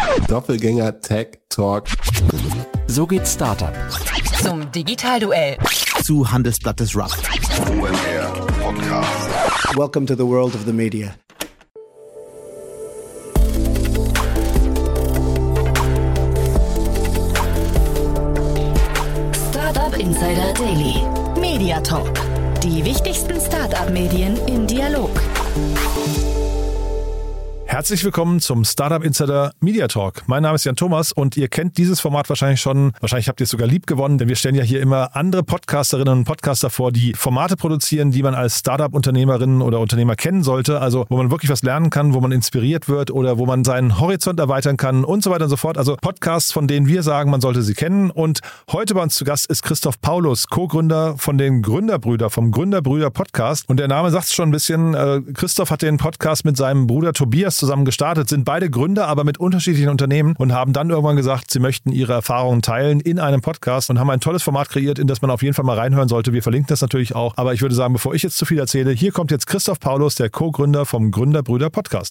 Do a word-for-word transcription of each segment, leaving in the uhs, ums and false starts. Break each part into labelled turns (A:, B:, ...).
A: Doppelgänger Tech Talk.
B: So geht Startup.
C: Zum Digitalduell.
B: Zu Handelsblatt Disrupt.
D: O M R Podcast.
E: Welcome to the world of the media.
C: Startup Insider Daily. Media Talk. Die wichtigsten Startup-Medien im Dialog.
F: Herzlich willkommen zum Startup Insider Media Talk. Mein Name ist Jan Thomas und ihr kennt dieses Format wahrscheinlich schon. Wahrscheinlich habt ihr es sogar lieb gewonnen, denn wir stellen ja hier immer andere Podcasterinnen und Podcaster vor, die Formate produzieren, die man als Startup-Unternehmerin oder Unternehmer kennen sollte. Also wo man wirklich was lernen kann, wo man inspiriert wird oder wo man seinen Horizont erweitern kann und so weiter und so fort. Also Podcasts, von denen wir sagen, man sollte sie kennen. Und heute bei uns zu Gast ist Christoph Paulus, Co-Gründer von den Gründerbrüder, vom Gründerbrüder Podcast. Und der Name sagt es schon ein bisschen. Äh, Christoph hat den Podcast mit seinem Bruder Tobias zusammen gestartet, sind beide Gründer, aber mit unterschiedlichen Unternehmen und haben dann irgendwann gesagt, sie möchten ihre Erfahrungen teilen in einem Podcast und haben ein tolles Format kreiert, in das man auf jeden Fall mal reinhören sollte. Wir verlinken das natürlich auch. Aber ich würde sagen, bevor ich jetzt zu viel erzähle, hier kommt jetzt Christoph Paulus, der Co-Gründer vom Gründerbrüder Podcast.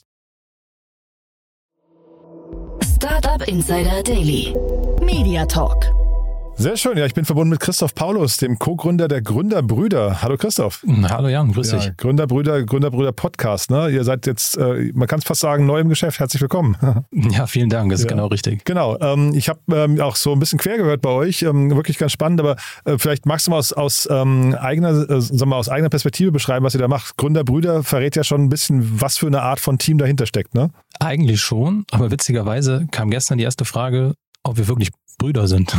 C: Startup Insider Daily. Media Talk.
F: Sehr schön. Ja, ich bin verbunden mit Christoph Paulus, dem Co-Gründer der Gründerbrüder. Hallo Christoph.
G: Hallo Jan, grüß
F: ja,
G: dich.
F: Gründerbrüder, Gründerbrüder Podcast. Ne? Ihr seid jetzt, äh, man kann es fast sagen, neu im Geschäft. Herzlich willkommen.
G: Ja, vielen Dank. Das ist
F: ja.
G: genau richtig.
F: Genau. Ähm, ich habe ähm, auch so ein bisschen quer gehört bei euch. Ähm, wirklich ganz spannend. Aber äh, vielleicht magst du mal aus, aus, ähm, eigener, äh, sag mal, aus eigener Perspektive beschreiben, was ihr da macht. Gründerbrüder verrät ja schon ein bisschen, was für eine Art von Team dahinter steckt, ne?
G: Eigentlich schon. Aber witzigerweise kam gestern die erste Frage, ob wir wirklich Brüder sind.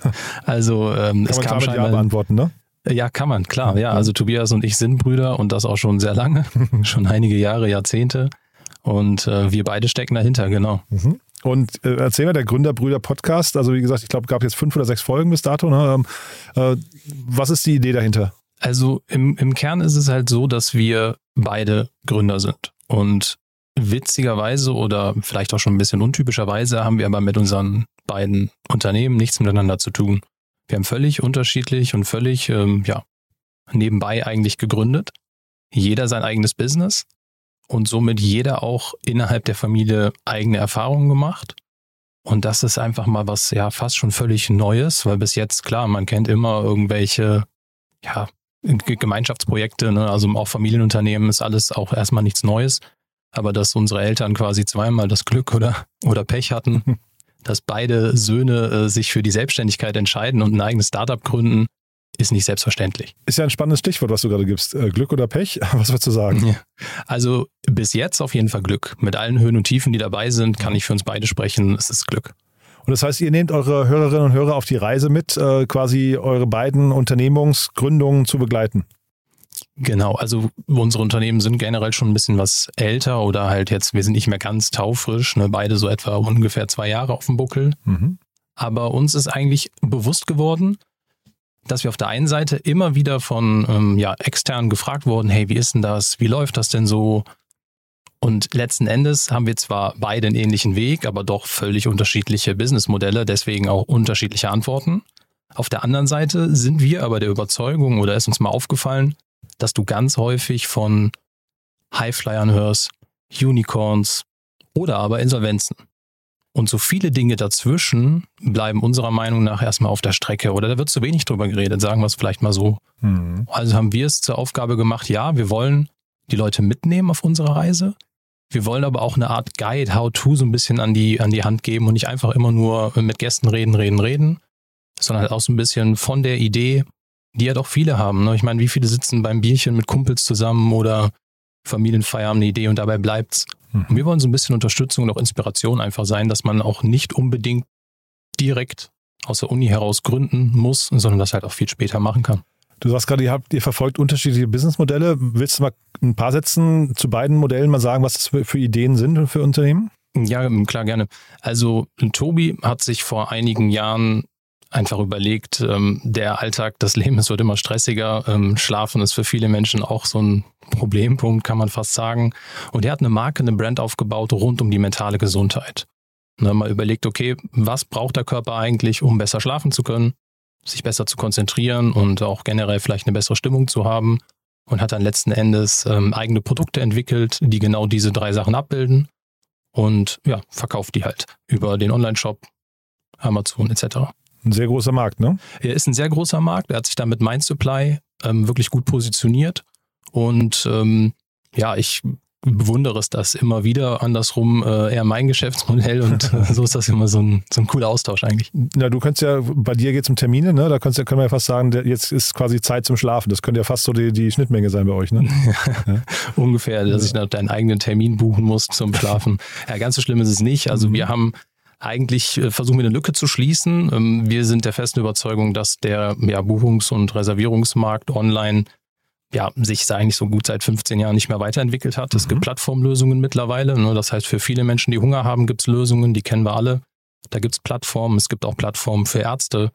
G: Also ähm,
F: kann
G: es
F: man
G: kam
F: klar mit Ja beantworten, ne?
G: Ja, kann man, klar. Ja, also Tobias und ich sind Brüder und das auch schon sehr lange, schon einige Jahre, Jahrzehnte. Und äh, wir beide stecken dahinter, genau.
F: Mhm. Und äh, erzähl mal, der Gründerbrüder Podcast, also wie gesagt, ich glaube, es gab jetzt fünf oder sechs Folgen bis dato. Ne? Ähm, äh, was ist die Idee dahinter?
G: Also im, im Kern ist es halt so, dass wir beide Gründer sind. Und witzigerweise oder vielleicht auch schon ein bisschen untypischerweise haben wir aber mit unseren beiden Unternehmen nichts miteinander zu tun. Wir haben völlig unterschiedlich und völlig ähm, ja, nebenbei eigentlich gegründet. Jeder sein eigenes Business und somit jeder auch innerhalb der Familie eigene Erfahrungen gemacht. Und das ist einfach mal was ja fast schon völlig Neues, weil bis jetzt, klar, man kennt immer irgendwelche ja, Gemeinschaftsprojekte, ne? Also auch Familienunternehmen ist alles auch erstmal nichts Neues. Aber dass unsere Eltern quasi zweimal das Glück oder, oder Pech hatten, dass beide Söhne äh, sich für die Selbstständigkeit entscheiden und ein eigenes Startup gründen, ist nicht selbstverständlich.
F: Ist ja ein spannendes Stichwort, was du gerade gibst. Äh, Glück oder Pech? Was würdest du sagen?
G: Ja. Also bis jetzt auf jeden Fall Glück. Mit allen Höhen und Tiefen, die dabei sind, kann ich für uns beide sprechen. Es ist Glück.
F: Und das heißt, ihr nehmt eure Hörerinnen und Hörer auf die Reise mit, äh, quasi eure beiden Unternehmungsgründungen zu begleiten.
G: Genau, also unsere Unternehmen sind generell schon ein bisschen was älter oder halt jetzt, wir sind nicht mehr ganz taufrisch, ne, beide so etwa ungefähr zwei Jahre auf dem Buckel. Mhm. Aber uns ist eigentlich bewusst geworden, dass wir auf der einen Seite immer wieder von ähm, ja, extern gefragt wurden, hey, wie ist denn das, wie läuft das denn so? Und letzten Endes haben wir zwar beide einen ähnlichen Weg, aber doch völlig unterschiedliche Businessmodelle, deswegen auch unterschiedliche Antworten. Auf der anderen Seite sind wir aber der Überzeugung oder ist uns mal aufgefallen, dass du ganz häufig von Highflyern hörst, Unicorns oder aber Insolvenzen. Und so viele Dinge dazwischen bleiben unserer Meinung nach erstmal auf der Strecke oder da wird zu wenig drüber geredet, sagen wir es vielleicht mal so. Mhm. Also haben wir es zur Aufgabe gemacht, ja, wir wollen die Leute mitnehmen auf unserer Reise. Wir wollen aber auch eine Art Guide, How-to so ein bisschen an die, an die Hand geben und nicht einfach immer nur mit Gästen reden, reden, reden, sondern halt auch so ein bisschen von der Idee, die ja doch viele haben. Ne? Ich meine, wie viele sitzen beim Bierchen mit Kumpels zusammen oder Familienfeier haben eine Idee und dabei bleibt's. Mhm. Und wir wollen so ein bisschen Unterstützung und auch Inspiration einfach sein, dass man auch nicht unbedingt direkt aus der Uni heraus gründen muss, sondern das halt auch viel später machen kann.
F: Du sagst gerade, ihr, habt, ihr verfolgt unterschiedliche Businessmodelle. Willst du mal ein paar Sätzen zu beiden Modellen mal sagen, was das für, für Ideen sind für Unternehmen?
G: Ja, klar, gerne. Also Tobi hat sich vor einigen Jahren einfach überlegt, ähm, der Alltag, das Leben, es wird immer stressiger. Ähm, Schlafen ist für viele Menschen auch so ein Problempunkt, kann man fast sagen. Und er hat eine Marke, eine Brand aufgebaut rund um die mentale Gesundheit. Und dann mal überlegt, okay, was braucht der Körper eigentlich, um besser schlafen zu können, sich besser zu konzentrieren und auch generell vielleicht eine bessere Stimmung zu haben. Und hat dann letzten Endes ähm, eigene Produkte entwickelt, die genau diese drei Sachen abbilden. und ja, verkauft die halt über den Online-Shop, Amazon et cetera.
F: Ein sehr großer Markt, ne?
G: Er ist ein sehr großer Markt. Er hat sich da mit MindSupply ähm, wirklich gut positioniert. Und ähm, ja, ich bewundere es das immer wieder. Andersrum äh, eher mein Geschäftsmodell. Und äh, so ist das immer so ein, so ein cooler Austausch eigentlich.
F: Na, du kannst ja, bei dir geht es um Termine, ne? Da kannst, können wir ja fast sagen, jetzt ist quasi Zeit zum Schlafen. Das könnte ja fast so die, die Schnittmenge sein bei euch, ne? Ja.
G: Ungefähr, dass ich noch deinen eigenen Termin buchen muss zum Schlafen. Ja, ganz so schlimm ist es nicht. Also mhm. wir haben eigentlich äh, versuchen wir eine Lücke zu schließen. Ähm, wir sind der festen Überzeugung, dass der ja, Buchungs- und Reservierungsmarkt online ja, sich eigentlich so gut seit fünfzehn Jahren nicht mehr weiterentwickelt hat. Es mhm. gibt Plattformlösungen mittlerweile. Ne? Das heißt, für viele Menschen, die Hunger haben, gibt es Lösungen, die kennen wir alle. Da gibt es Plattformen. Es gibt auch Plattformen für Ärzte,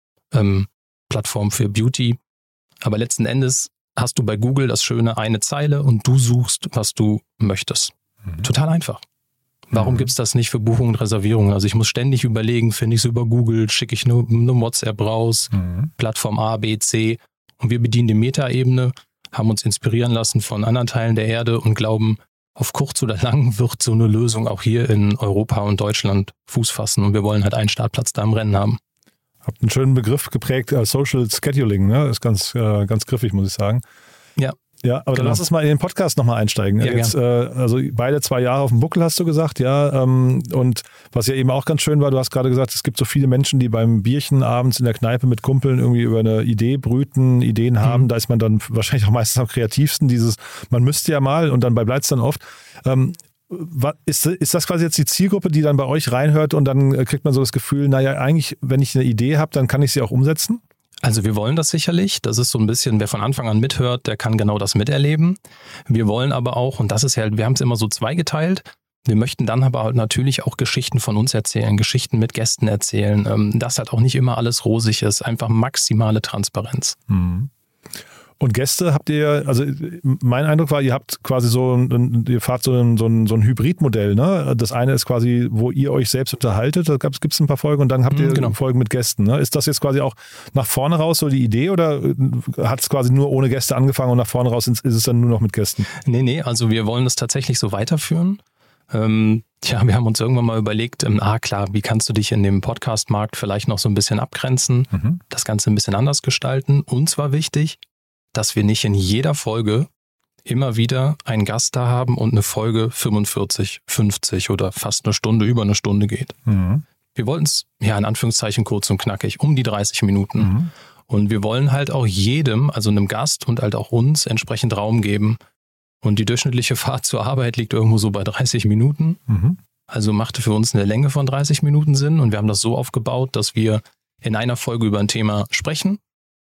G: ähm, Plattformen für Beauty. Aber letzten Endes hast du bei Google das Schöne, eine Zeile und du suchst, was du möchtest. Mhm. Total einfach. Warum mhm. gibt es das nicht für Buchungen und Reservierungen? Also ich muss ständig überlegen, finde ich es über Google, schicke ich eine, eine WhatsApp raus, mhm. Plattform A, B, C und wir bedienen die Meta-Ebene, haben uns inspirieren lassen von anderen Teilen der Erde und glauben, auf kurz oder lang wird so eine Lösung auch hier in Europa und Deutschland Fuß fassen und wir wollen halt einen Startplatz da im Rennen haben.
F: Habt einen schönen Begriff geprägt, uh, Social Scheduling, ne? Ist ganz, uh, ganz griffig, muss ich sagen.
G: Ja.
F: Ja, aber
G: genau.
F: Dann lass uns mal in den Podcast nochmal einsteigen.
G: Ja,
F: Jetzt, äh, also beide zwei Jahre auf dem Buckel, hast du gesagt, ja. Ähm, und was ja eben auch ganz schön war, du hast gerade gesagt, es gibt so viele Menschen, die beim Bierchen abends in der Kneipe mit Kumpeln irgendwie über eine Idee brüten, Ideen haben. Mhm. Da ist man dann wahrscheinlich auch meistens am kreativsten. Dieses, man müsste ja mal und dann bleibt es dann oft. Ähm, ist, ist das quasi jetzt die Zielgruppe, die dann bei euch reinhört und dann kriegt man so das Gefühl, naja, eigentlich, wenn ich eine Idee habe, dann kann ich sie auch umsetzen?
G: Also wir wollen das sicherlich. Das ist so ein bisschen, wer von Anfang an mithört, der kann genau das miterleben. Wir wollen aber auch, und das ist ja, wir haben es immer so zweigeteilt, wir möchten dann aber halt natürlich auch Geschichten von uns erzählen, Geschichten mit Gästen erzählen, dass halt auch nicht immer alles rosig ist, einfach maximale Transparenz.
F: Mhm. Und Gäste habt ihr, also mein Eindruck war, ihr habt quasi so, ein, ihr fahrt so ein, so ein, so ein Hybridmodell, ne? Das eine ist quasi, wo ihr euch selbst unterhaltet, da gibt es ein paar Folgen und dann habt ihr genau. Folgen mit Gästen, ne? Ist das jetzt quasi auch nach vorne raus so die Idee oder hat es quasi nur ohne Gäste angefangen und nach vorne raus ist es dann nur noch mit Gästen?
G: Nee, nee, also wir wollen das tatsächlich so weiterführen. Ähm, tja, wir haben uns irgendwann mal überlegt, ähm, ah klar, wie kannst du dich in dem Podcast-Markt vielleicht noch so ein bisschen abgrenzen, mhm. das Ganze ein bisschen anders gestalten. Uns war wichtig, dass wir nicht in jeder Folge immer wieder einen Gast da haben und eine Folge fünfundvierzig, fünfzig oder fast eine Stunde, über eine Stunde geht. Mhm. Wir wollten es, ja in Anführungszeichen kurz und knackig, um die dreißig Minuten. Mhm. Und wir wollen halt auch jedem, also einem Gast und halt auch uns, entsprechend Raum geben. Und die durchschnittliche Fahrt zur Arbeit liegt irgendwo so bei dreißig Minuten. Mhm. Also machte für uns eine Länge von dreißig Minuten Sinn. Und wir haben das so aufgebaut, dass wir in einer Folge über ein Thema sprechen.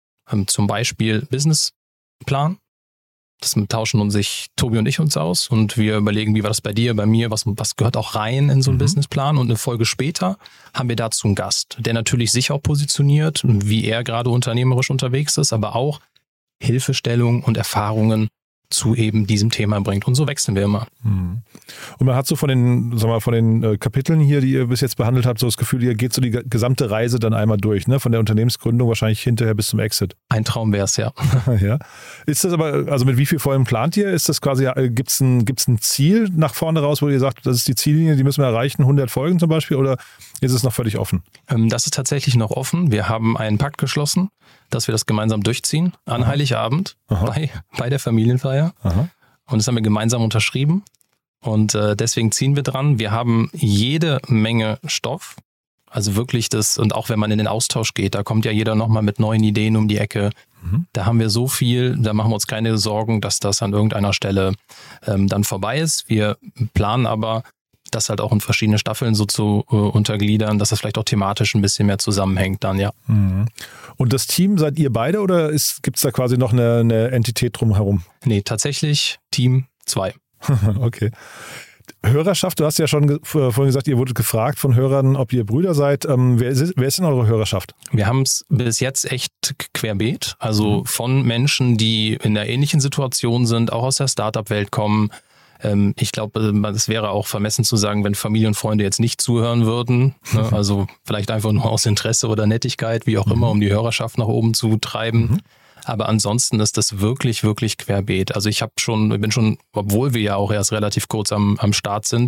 G: Zum Beispiel Businessplan. Das tauschen uns sich Tobi und ich uns aus und wir überlegen, wie war das bei dir, bei mir, was, was gehört auch rein in so einen mhm. Businessplan. Und eine Folge später haben wir dazu einen Gast, der natürlich sich auch positioniert, wie er gerade unternehmerisch unterwegs ist, aber auch Hilfestellung und Erfahrungen zu eben diesem Thema bringt. Und so wechseln wir immer.
F: Mhm. Und man hat so von den, sagen wir mal, von den äh, Kapiteln hier, die ihr bis jetzt behandelt habt, so das Gefühl, ihr geht so die gesamte Reise dann einmal durch, ne? Von der Unternehmensgründung wahrscheinlich hinterher bis zum Exit.
G: Ein Traum wäre es, ja.
F: Ja. Ist das aber, also mit wie viel Folgen plant ihr? Ist das quasi, gibt es ein, gibt's ein Ziel nach vorne raus, wo ihr sagt, das ist die Ziellinie, die müssen wir erreichen, hundert Folgen zum Beispiel, oder ist es noch völlig offen?
G: Ähm, das ist tatsächlich noch offen. Wir haben einen Pakt geschlossen, dass wir das gemeinsam durchziehen an Aha. Heiligabend bei, bei der Familienfeier. Aha. Und das haben wir gemeinsam unterschrieben. Und äh, deswegen ziehen wir dran. Wir haben jede Menge Stoff. Also wirklich das, und auch wenn man in den Austausch geht, da kommt ja jeder nochmal mit neuen Ideen um die Ecke. Mhm. Da haben wir so viel, da machen wir uns keine Sorgen, dass das an irgendeiner Stelle ähm, dann vorbei ist. Wir planen aber, das halt auch in verschiedene Staffeln so zu äh, untergliedern, dass das vielleicht auch thematisch ein bisschen mehr zusammenhängt dann, ja.
F: Mhm. Und das Team seid ihr beide oder gibt es da quasi noch eine, eine Entität drumherum?
G: Nee, tatsächlich Team zwei.
F: Okay. Hörerschaft, du hast ja schon ge- vorhin gesagt, ihr wurdet gefragt von Hörern, ob ihr Brüder seid. Ähm, wer, ist, wer ist denn eure Hörerschaft?
G: Wir haben es bis jetzt echt querbeet, also mhm. von Menschen, die in einer ähnlichen Situation sind, auch aus der Startup-Welt kommen. Ähm, ich glaube, es wäre auch vermessen zu sagen, wenn Familie und Freunde jetzt nicht zuhören würden. Ne? Also vielleicht einfach nur aus Interesse oder Nettigkeit, wie auch mhm. immer, um die Hörerschaft nach oben zu treiben. Mhm. Aber ansonsten ist das wirklich, wirklich querbeet. Also ich habe schon, bin schon, obwohl wir ja auch erst relativ kurz am, am Start sind,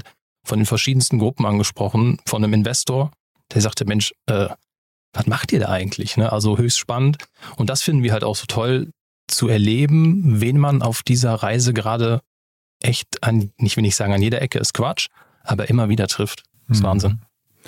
G: von den verschiedensten Gruppen angesprochen, von einem Investor, der sagte, Mensch, äh, was macht ihr da eigentlich? Ne? Also höchst spannend. Und das finden wir halt auch so toll, zu erleben, wen man auf dieser Reise gerade echt an, nicht will ich sagen, an jeder Ecke ist Quatsch, aber immer wieder trifft. Das ist mhm. Wahnsinn.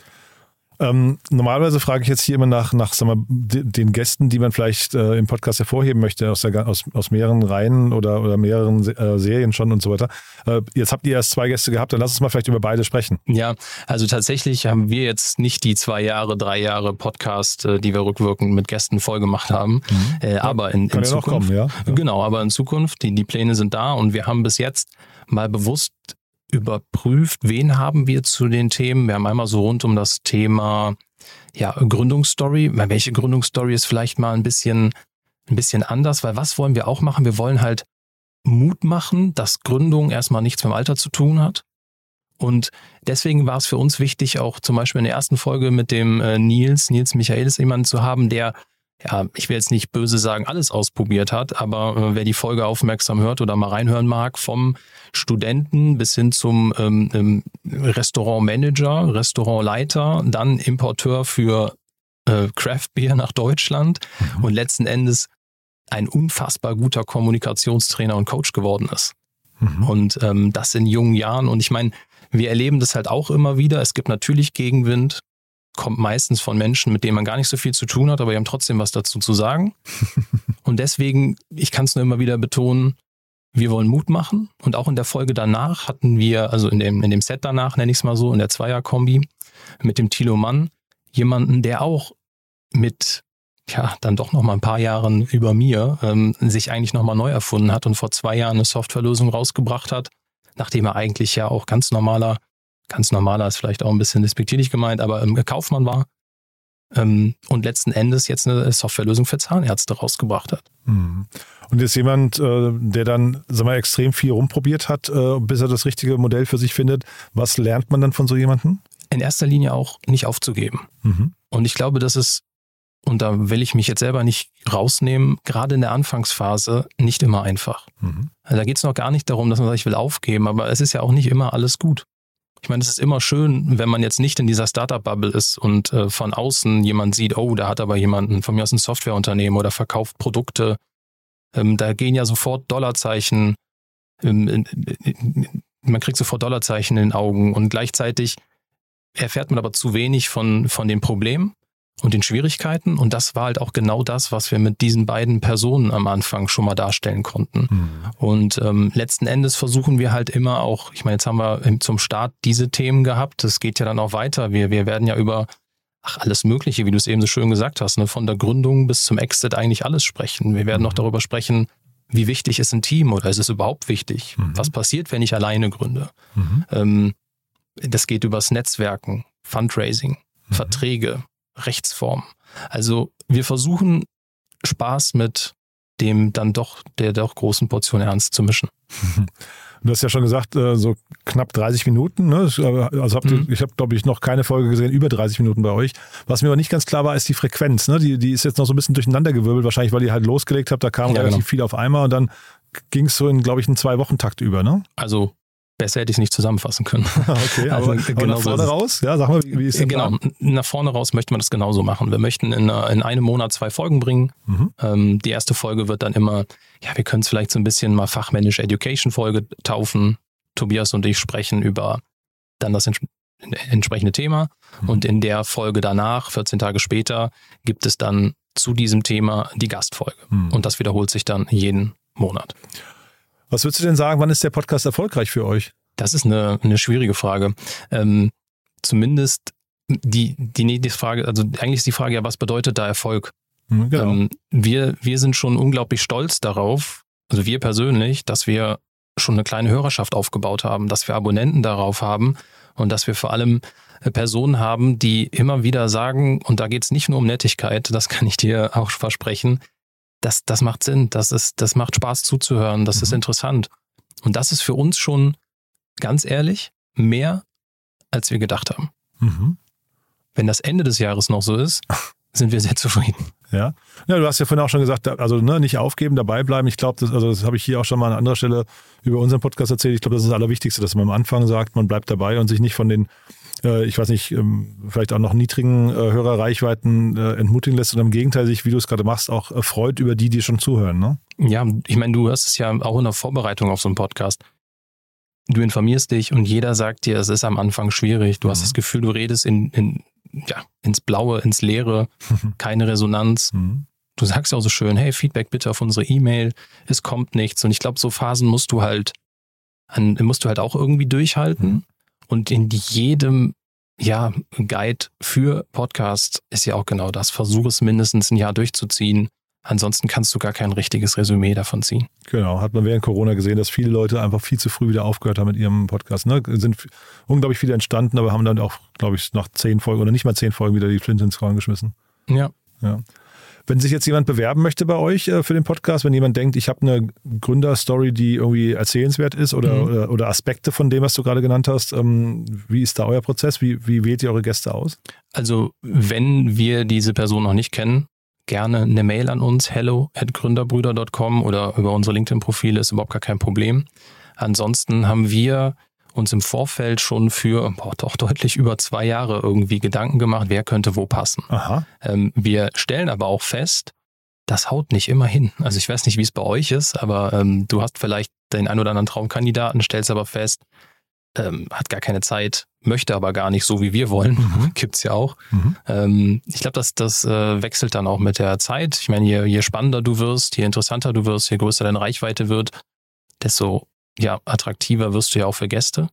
F: Ähm, normalerweise frage ich jetzt hier immer nach, nach sag mal, den Gästen, die man vielleicht äh, im Podcast hervorheben möchte, aus, der, aus, aus mehreren Reihen oder, oder mehreren äh, Serien schon und so weiter. Äh, jetzt habt ihr erst zwei Gäste gehabt, dann lass uns mal vielleicht über beide sprechen.
G: Ja, also tatsächlich haben wir jetzt nicht die zwei Jahre, drei Jahre Podcast, äh, die wir rückwirkend mit Gästen vollgemacht haben, mhm. äh, ja, aber in, in
F: ja
G: Zukunft.
F: Noch kommen, ja?
G: Genau, aber in Zukunft, die, die Pläne sind da und wir haben bis jetzt mal bewusst überprüft, wen haben wir zu den Themen. Wir haben einmal so rund um das Thema ja, Gründungsstory. Welche Gründungsstory ist vielleicht mal ein bisschen, ein bisschen anders, weil was wollen wir auch machen? Wir wollen halt Mut machen, dass Gründung erstmal nichts mit dem Alter zu tun hat. Und deswegen war es für uns wichtig, auch zum Beispiel in der ersten Folge mit dem äh, Nils, Nils Michaelis, jemanden zu haben, der, ja, ich will jetzt nicht böse sagen, alles ausprobiert hat, aber äh, wer die Folge aufmerksam hört oder mal reinhören mag, vom Studenten bis hin zum ähm, ähm, Restaurantmanager, Restaurantleiter, dann Importeur für äh, Craft Beer nach Deutschland mhm. und letzten Endes ein unfassbar guter Kommunikationstrainer und Coach geworden ist. Mhm. Und ähm, das in jungen Jahren. Und ich meine, wir erleben das halt auch immer wieder. Es gibt natürlich Gegenwind, kommt meistens von Menschen, mit denen man gar nicht so viel zu tun hat, aber die haben trotzdem was dazu zu sagen. Und deswegen, ich kann es nur immer wieder betonen, wir wollen Mut machen. Und auch in der Folge danach hatten wir, also in dem, in dem Set danach, nenne ich es mal so, in der Zweier-Kombi, mit dem Thilo Mann, jemanden, der auch mit, ja, dann doch noch mal ein paar Jahren über mir, ähm, sich eigentlich noch mal neu erfunden hat und vor zwei Jahren eine Softwarelösung rausgebracht hat, nachdem er eigentlich ja auch ganz normaler, ganz normaler ist vielleicht auch ein bisschen despektierlich gemeint, aber ähm, Kaufmann war ähm, und letzten Endes jetzt eine Softwarelösung für Zahnärzte rausgebracht hat.
F: Mhm. Und jetzt jemand, äh, der dann, sag mal, extrem viel rumprobiert hat, äh, bis er das richtige Modell für sich findet. Was lernt man dann von so jemandem?
G: In erster Linie auch nicht aufzugeben. Mhm. Und ich glaube, das ist, und da will ich mich jetzt selber nicht rausnehmen, gerade in der Anfangsphase nicht immer einfach. Mhm. Also da geht es noch gar nicht darum, dass man sagt, ich will aufgeben, aber es ist ja auch nicht immer alles gut. Ich meine, es ist immer schön, wenn man jetzt nicht in dieser Startup-Bubble ist und äh, von außen jemand sieht, oh, da hat aber jemanden von mir aus ein Softwareunternehmen oder verkauft Produkte. Ähm, da gehen ja sofort Dollarzeichen, ähm, in, in, man kriegt sofort Dollarzeichen in den Augen und gleichzeitig erfährt man aber zu wenig von, von den Problemen und den Schwierigkeiten. Und das war halt auch genau das, was wir mit diesen beiden Personen am Anfang schon mal darstellen konnten. Mhm. Und ähm, letzten Endes versuchen wir halt immer auch, ich meine, jetzt haben wir zum Start diese Themen gehabt, das geht ja dann auch weiter. Wir, wir werden ja über ach, alles Mögliche, wie du es eben so schön gesagt hast, ne, von der Gründung bis zum Exit eigentlich alles sprechen. Wir werden mhm. noch darüber sprechen, wie wichtig ist ein Team oder ist es überhaupt wichtig? Mhm. Was passiert, wenn ich alleine gründe? Mhm. Ähm, das geht übers Netzwerken, Fundraising, mhm. Verträge, Rechtsform. Also wir versuchen Spaß mit dem dann doch der doch großen Portion Ernst zu mischen.
F: Du hast ja schon gesagt, so knapp dreißig Minuten. Ne? Also habt ihr, mhm. ich habe, glaube ich, noch keine Folge gesehen, über dreißig Minuten bei euch. Was mir aber nicht ganz klar war, ist die Frequenz. Ne? Die, die ist jetzt noch so ein bisschen durcheinandergewirbelt, wahrscheinlich, weil ihr halt losgelegt habt. Da kam ja, relativ genau. viel auf einmal und dann ging es so in, glaube ich, einen Zwei-Wochen-Takt über. Ne?
G: Also besser hätte ich es nicht zusammenfassen können.
F: Okay, aber, also, aber genau nach vorne so raus? Ja, sag mal, wie, wie ist der Plan?
G: Genau, nach vorne raus möchte man das genauso machen. Wir möchten in, in einem Monat zwei Folgen bringen. Mhm. Ähm, die erste Folge wird dann immer, ja, wir können es vielleicht so ein bisschen mal fachmännisch Education-Folge taufen. Tobias und ich sprechen über dann das ents- entsprechende Thema. Mhm. Und in der Folge danach, vierzehn Tage später, gibt es dann zu diesem Thema die Gastfolge. Mhm. Und das wiederholt sich dann jeden Monat.
F: Was würdest du denn sagen, wann ist der Podcast erfolgreich für euch?
G: Das ist eine, eine schwierige Frage. Ähm, zumindest die, die nächste Frage, also eigentlich ist die Frage ja, was bedeutet da Erfolg? Genau. Ähm, wir, wir sind schon unglaublich stolz darauf, also wir persönlich, dass wir schon eine kleine Hörerschaft aufgebaut haben, dass wir Abonnenten darauf haben und dass wir vor allem Personen haben, die immer wieder sagen, und da geht es nicht nur um Nettigkeit, das kann ich dir auch versprechen, Das, das macht Sinn, das, ist, das macht Spaß zuzuhören, das mhm. ist interessant. Und das ist für uns schon, ganz ehrlich, mehr, als wir gedacht haben. Mhm. Wenn das Ende des Jahres noch so ist, sind wir sehr zufrieden.
F: Ja. Ja, du hast ja vorhin auch schon gesagt, also ne, nicht aufgeben, dabei bleiben. Ich glaube, das, also das habe ich hier auch schon mal an anderer Stelle über unseren Podcast erzählt. Ich glaube, das ist das Allerwichtigste, dass man am Anfang sagt, man bleibt dabei und sich nicht von den, äh, ich weiß nicht, ähm, vielleicht auch noch niedrigen äh, Hörerreichweiten äh, entmutigen lässt, sondern im Gegenteil sich, wie du es gerade machst, auch äh, freut über die, die schon zuhören. Ne?
G: Ja, ich meine, du hast es ja auch in der Vorbereitung auf so einen Podcast. Du informierst dich und jeder sagt dir, es ist am Anfang schwierig. Du mhm. hast das Gefühl, du redest in, in, ja, ins Blaue, ins Leere, keine Resonanz. Mhm. Du sagst ja auch so schön, hey, Feedback bitte auf unsere E-Mail, es kommt nichts. Und ich glaube, so Phasen musst du halt, an, musst du halt auch irgendwie durchhalten. Mhm. Und in jedem ja, Guide für Podcast ist ja auch genau das. Versuch es mindestens ein Jahr durchzuziehen. Ansonsten kannst du gar kein richtiges Resümee davon ziehen.
F: Genau, hat man während Corona gesehen, dass viele Leute einfach viel zu früh wieder aufgehört haben mit ihrem Podcast. Ne? Sind unglaublich viele entstanden, aber haben dann auch, glaube ich, nach zehn Folgen oder nicht mal zehn Folgen wieder die Flinte ins Korn geschmissen.
G: Ja.
F: ja. Wenn sich jetzt jemand bewerben möchte bei euch äh, für den Podcast, wenn jemand denkt, ich habe eine Gründerstory, die irgendwie erzählenswert ist oder, mhm. oder, oder Aspekte von dem, was du gerade genannt hast, ähm, wie ist da euer Prozess? Wie, wie wählt ihr eure Gäste aus?
G: Also wenn wir diese Person noch nicht kennen, gerne eine Mail an uns, hello at gründerbrüder dot com oder über unsere LinkedIn-Profile, ist überhaupt gar kein Problem. Ansonsten haben wir uns im Vorfeld schon für boah, doch deutlich über zwei Jahre irgendwie Gedanken gemacht, wer könnte wo passen.
F: Aha.
G: Ähm, wir stellen aber auch fest, das haut nicht immer hin. Also ich weiß nicht, wie es bei euch ist, aber ähm, du hast vielleicht den ein oder anderen Traumkandidaten, stellst aber fest, ähm, hat gar keine Zeit, möchte aber gar nicht so, wie wir wollen. Mhm. Gibt's ja auch. Mhm. Ähm, ich glaube, das, das äh, wechselt dann auch mit der Zeit. Ich meine, je, je spannender du wirst, je interessanter du wirst, je größer deine Reichweite wird, desto ja, attraktiver wirst du ja auch für Gäste.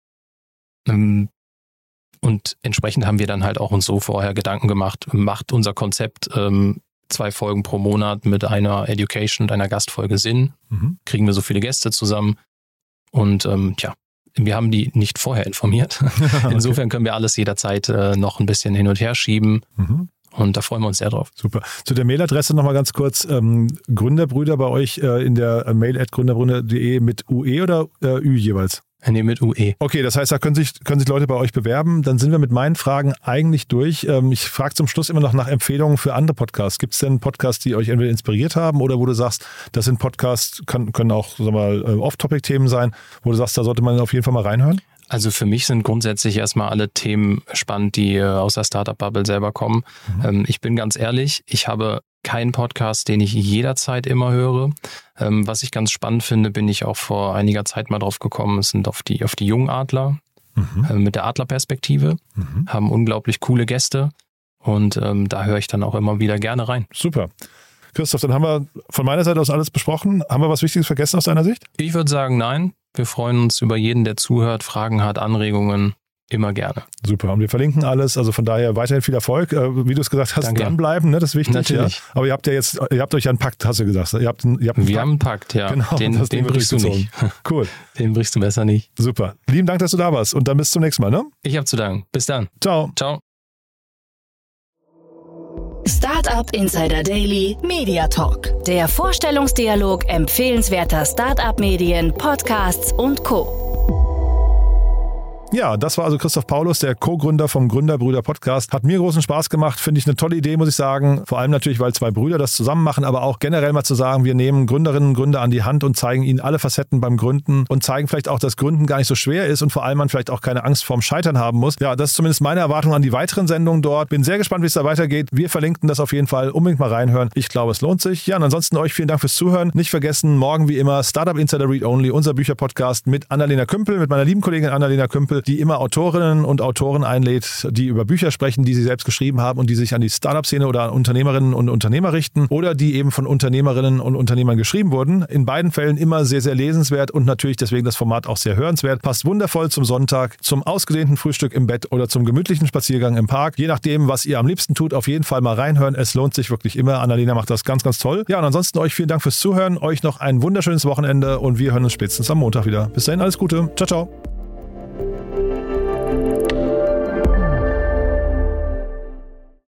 G: Ähm, und entsprechend haben wir dann halt auch uns so vorher Gedanken gemacht, macht unser Konzept ähm, zwei Folgen pro Monat mit einer Education und einer Gastfolge Sinn? Mhm. Kriegen wir so viele Gäste zusammen? Und ähm, ja, wir haben die nicht vorher informiert. Insofern okay. können wir alles jederzeit äh, noch ein bisschen hin und her schieben. Mhm. Und da freuen wir uns sehr drauf.
F: Super. Zu der Mailadresse nochmal ganz kurz. Ähm, Gründerbrüder bei euch äh, in der Mail at gründerbrüder punkt de mit U E oder äh, Ü jeweils?
G: Nee, mit U E.
F: Okay, das heißt, da können sich, können sich Leute bei euch bewerben. Dann sind wir mit meinen Fragen eigentlich durch. Ähm, ich frage zum Schluss immer noch nach Empfehlungen für andere Podcasts. Gibt es denn Podcasts, die euch entweder inspiriert haben oder wo du sagst, das sind Podcasts, können, können auch sag mal, Off-Topic-Themen sein, wo du sagst, da sollte man auf jeden Fall mal reinhören?
G: Also für mich sind grundsätzlich erstmal alle Themen spannend, die aus der Startup-Bubble selber kommen. Mhm. Ich bin ganz ehrlich, ich habe keinen Podcast, den ich jederzeit immer höre. Was ich ganz spannend finde, bin ich auch vor einiger Zeit mal drauf gekommen, es sind auf die, auf die Jungadler mhm. mit der Adlerperspektive, mhm. haben unglaublich coole Gäste und ähm, da höre ich dann auch immer wieder gerne rein.
F: Super. Christoph, dann haben wir von meiner Seite aus alles besprochen. Haben wir was Wichtiges vergessen aus deiner Sicht?
G: Ich würde sagen, nein. Wir freuen uns über jeden, der zuhört, Fragen hat, Anregungen, immer gerne.
F: Super. Und wir verlinken alles. Also von daher weiterhin viel Erfolg. Wie du es gesagt hast, Danke. Dranbleiben, ne? Das ist wichtig.
G: Natürlich.
F: Ja. Aber ihr habt ja jetzt, ihr habt euch ja einen Pakt, hast du gesagt. Ihr habt, ihr habt einen
G: wir
F: Pakt.
G: haben einen Pakt, ja.
F: Genau,
G: den den brichst du nicht.
F: Cool.
G: Den brichst du besser nicht.
F: Super. Lieben Dank, dass du da warst. Und dann bis zum nächsten Mal, ne?
G: Ich habe zu danken. Bis dann.
F: Ciao.
G: Ciao.
C: Startup Insider Daily Media Talk. Der Vorstellungsdialog empfehlenswerter Startup-Medien, Podcasts und Co.
F: Ja, das war also Christoph Paulus, der Co-Gründer vom Gründerbrüder Podcast. Hat mir großen Spaß gemacht, finde ich eine tolle Idee, muss ich sagen. Vor allem natürlich, weil zwei Brüder das zusammen machen, aber auch generell mal zu sagen, wir nehmen Gründerinnen und Gründer an die Hand und zeigen ihnen alle Facetten beim Gründen und zeigen vielleicht auch, dass Gründen gar nicht so schwer ist und vor allem man vielleicht auch keine Angst vorm Scheitern haben muss. Ja, das ist zumindest meine Erwartung an die weiteren Sendungen dort. Bin sehr gespannt, wie es da weitergeht. Wir verlinken das auf jeden Fall. Unbedingt mal reinhören. Ich glaube, es lohnt sich. Ja, und ansonsten euch vielen Dank fürs Zuhören. Nicht vergessen, morgen wie immer Startup Insider Read Only, unser Bücherpodcast mit Annalena Kümpel, mit meiner lieben Kollegin Annalena Kümpel, die immer Autorinnen und Autoren einlädt, die über Bücher sprechen, die sie selbst geschrieben haben und die sich an die Startup-Szene oder an Unternehmerinnen und Unternehmer richten oder die eben von Unternehmerinnen und Unternehmern geschrieben wurden. In beiden Fällen immer sehr, sehr lesenswert und natürlich deswegen das Format auch sehr hörenswert. Passt wundervoll zum Sonntag, zum ausgedehnten Frühstück im Bett oder zum gemütlichen Spaziergang im Park. Je nachdem, was ihr am liebsten tut, auf jeden Fall mal reinhören. Es lohnt sich wirklich immer. Annalena macht das ganz, ganz toll. Ja, und ansonsten euch vielen Dank fürs Zuhören. Euch noch ein wunderschönes Wochenende und wir hören uns spätestens am Montag wieder. Bis dahin, alles Gute. Ciao, ciao.